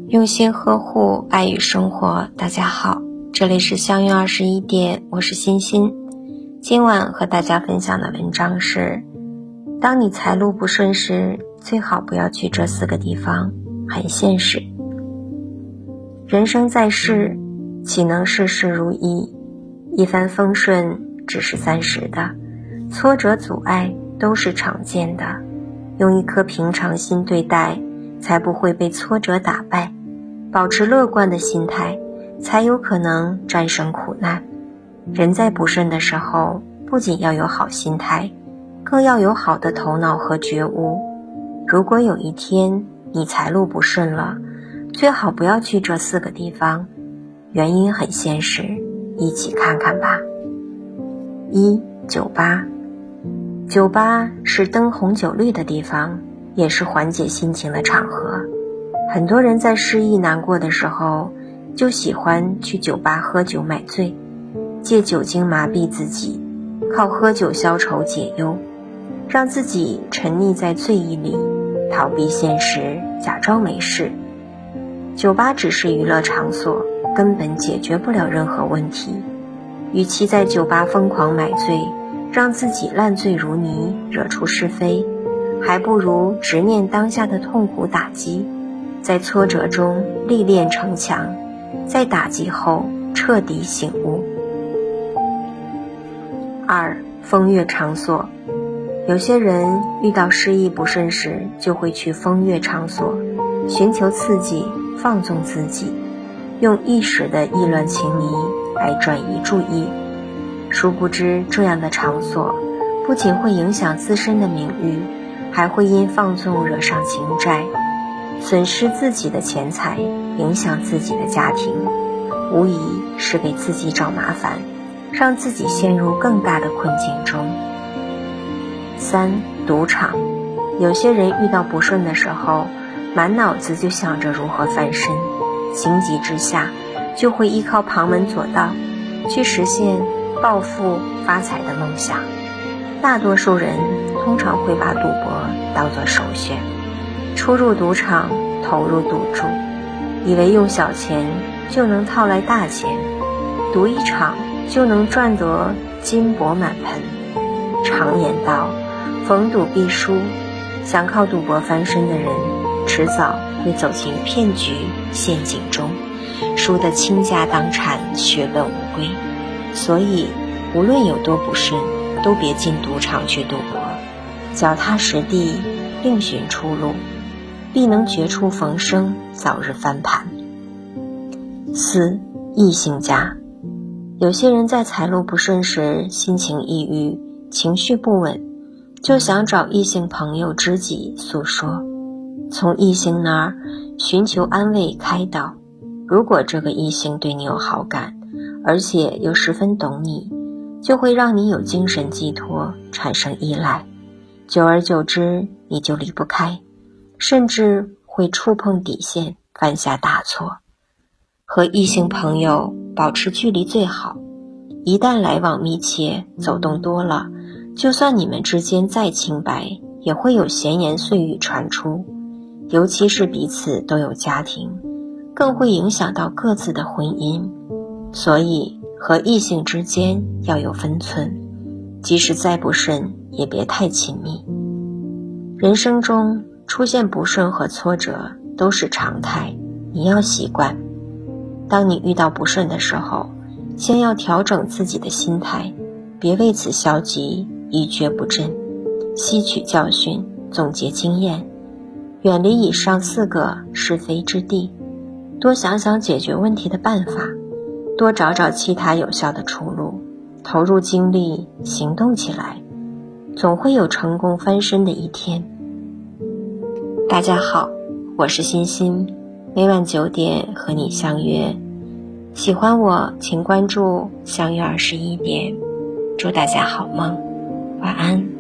用心呵护爱与生活，大家好，这里是相约21点，我是欣欣。今晚和大家分享的文章是：当你财路不顺时，最好不要去这4个地方，很现实。人生在世，岂能事事如意？一帆风顺只是暂时的，挫折阻碍都是常见的。用一颗平常心对待，才不会被挫折打败。保持乐观的心态，才有可能战胜苦难。人在不顺的时候，不仅要有好心态，更要有好的头脑和觉悟。如果有一天你财路不顺了，最好不要去这4个地方，原因很现实，一起看看吧。1. 酒吧。酒吧是灯红酒绿的地方，也是缓解心情的场合。很多人在失意难过的时候，就喜欢去酒吧喝酒买醉，借酒精麻痹自己，靠喝酒消愁解忧，让自己沉溺在醉意里，逃避现实，假装没事。酒吧只是娱乐场所，根本解决不了任何问题。与其在酒吧疯狂买醉，让自己烂醉如泥，惹出是非，还不如直面当下的痛苦打击，在挫折中历练成强，在打击后彻底醒悟。2. 风月场所。有些人遇到失意不顺时，就会去风月场所，寻求刺激，放纵自己，用一时的意乱情迷来转移注意。殊不知，这样的场所不仅会影响自身的名誉，还会因放纵惹上情债，损失自己的钱财，影响自己的家庭，无疑是给自己找麻烦，让自己陷入更大的困境中。3. 赌场。有些人遇到不顺的时候，满脑子就想着如何翻身，情急之下就会依靠旁门左道去实现暴富发财的梦想。大多数人通常会把赌博当作首选，出入赌场，投入赌注，以为用小钱就能套来大钱，赌一场就能赚得金钵满盆。常言道，逢赌必输，想靠赌博翻身的人，迟早会走进骗局陷阱中，输得倾家荡产，血本无归。所以无论有多不顺，都别进赌场去赌博，脚踏实地，另寻出路，必能绝处逢生，早日翻盘。4. 异性家。有些人在财路不顺时，心情抑郁，情绪不稳，就想找异性朋友知己诉说，从异性那儿寻求安慰开导。如果这个异性对你有好感，而且又十分懂你，就会让你有精神寄托，产生依赖，久而久之你就离不开，甚至会触碰底线，犯下大错。和异性朋友保持距离最好，一旦来往密切，走动多了，就算你们之间再清白，也会有闲言碎语传出，尤其是彼此都有家庭，更会影响到各自的婚姻。所以和异性之间要有分寸，即使再不顺，也别太亲密。人生中出现不顺和挫折都是常态，你要习惯。当你遇到不顺的时候，先要调整自己的心态，别为此消极，一蹶不振，吸取教训，总结经验，远离以上4个是非之地，多想想解决问题的办法，多找找其他有效的出路，投入精力行动起来，总会有成功翻身的一天。大家好，我是欣欣，每晚9点和你相约。喜欢我请关注相约21点，祝大家好梦，晚安。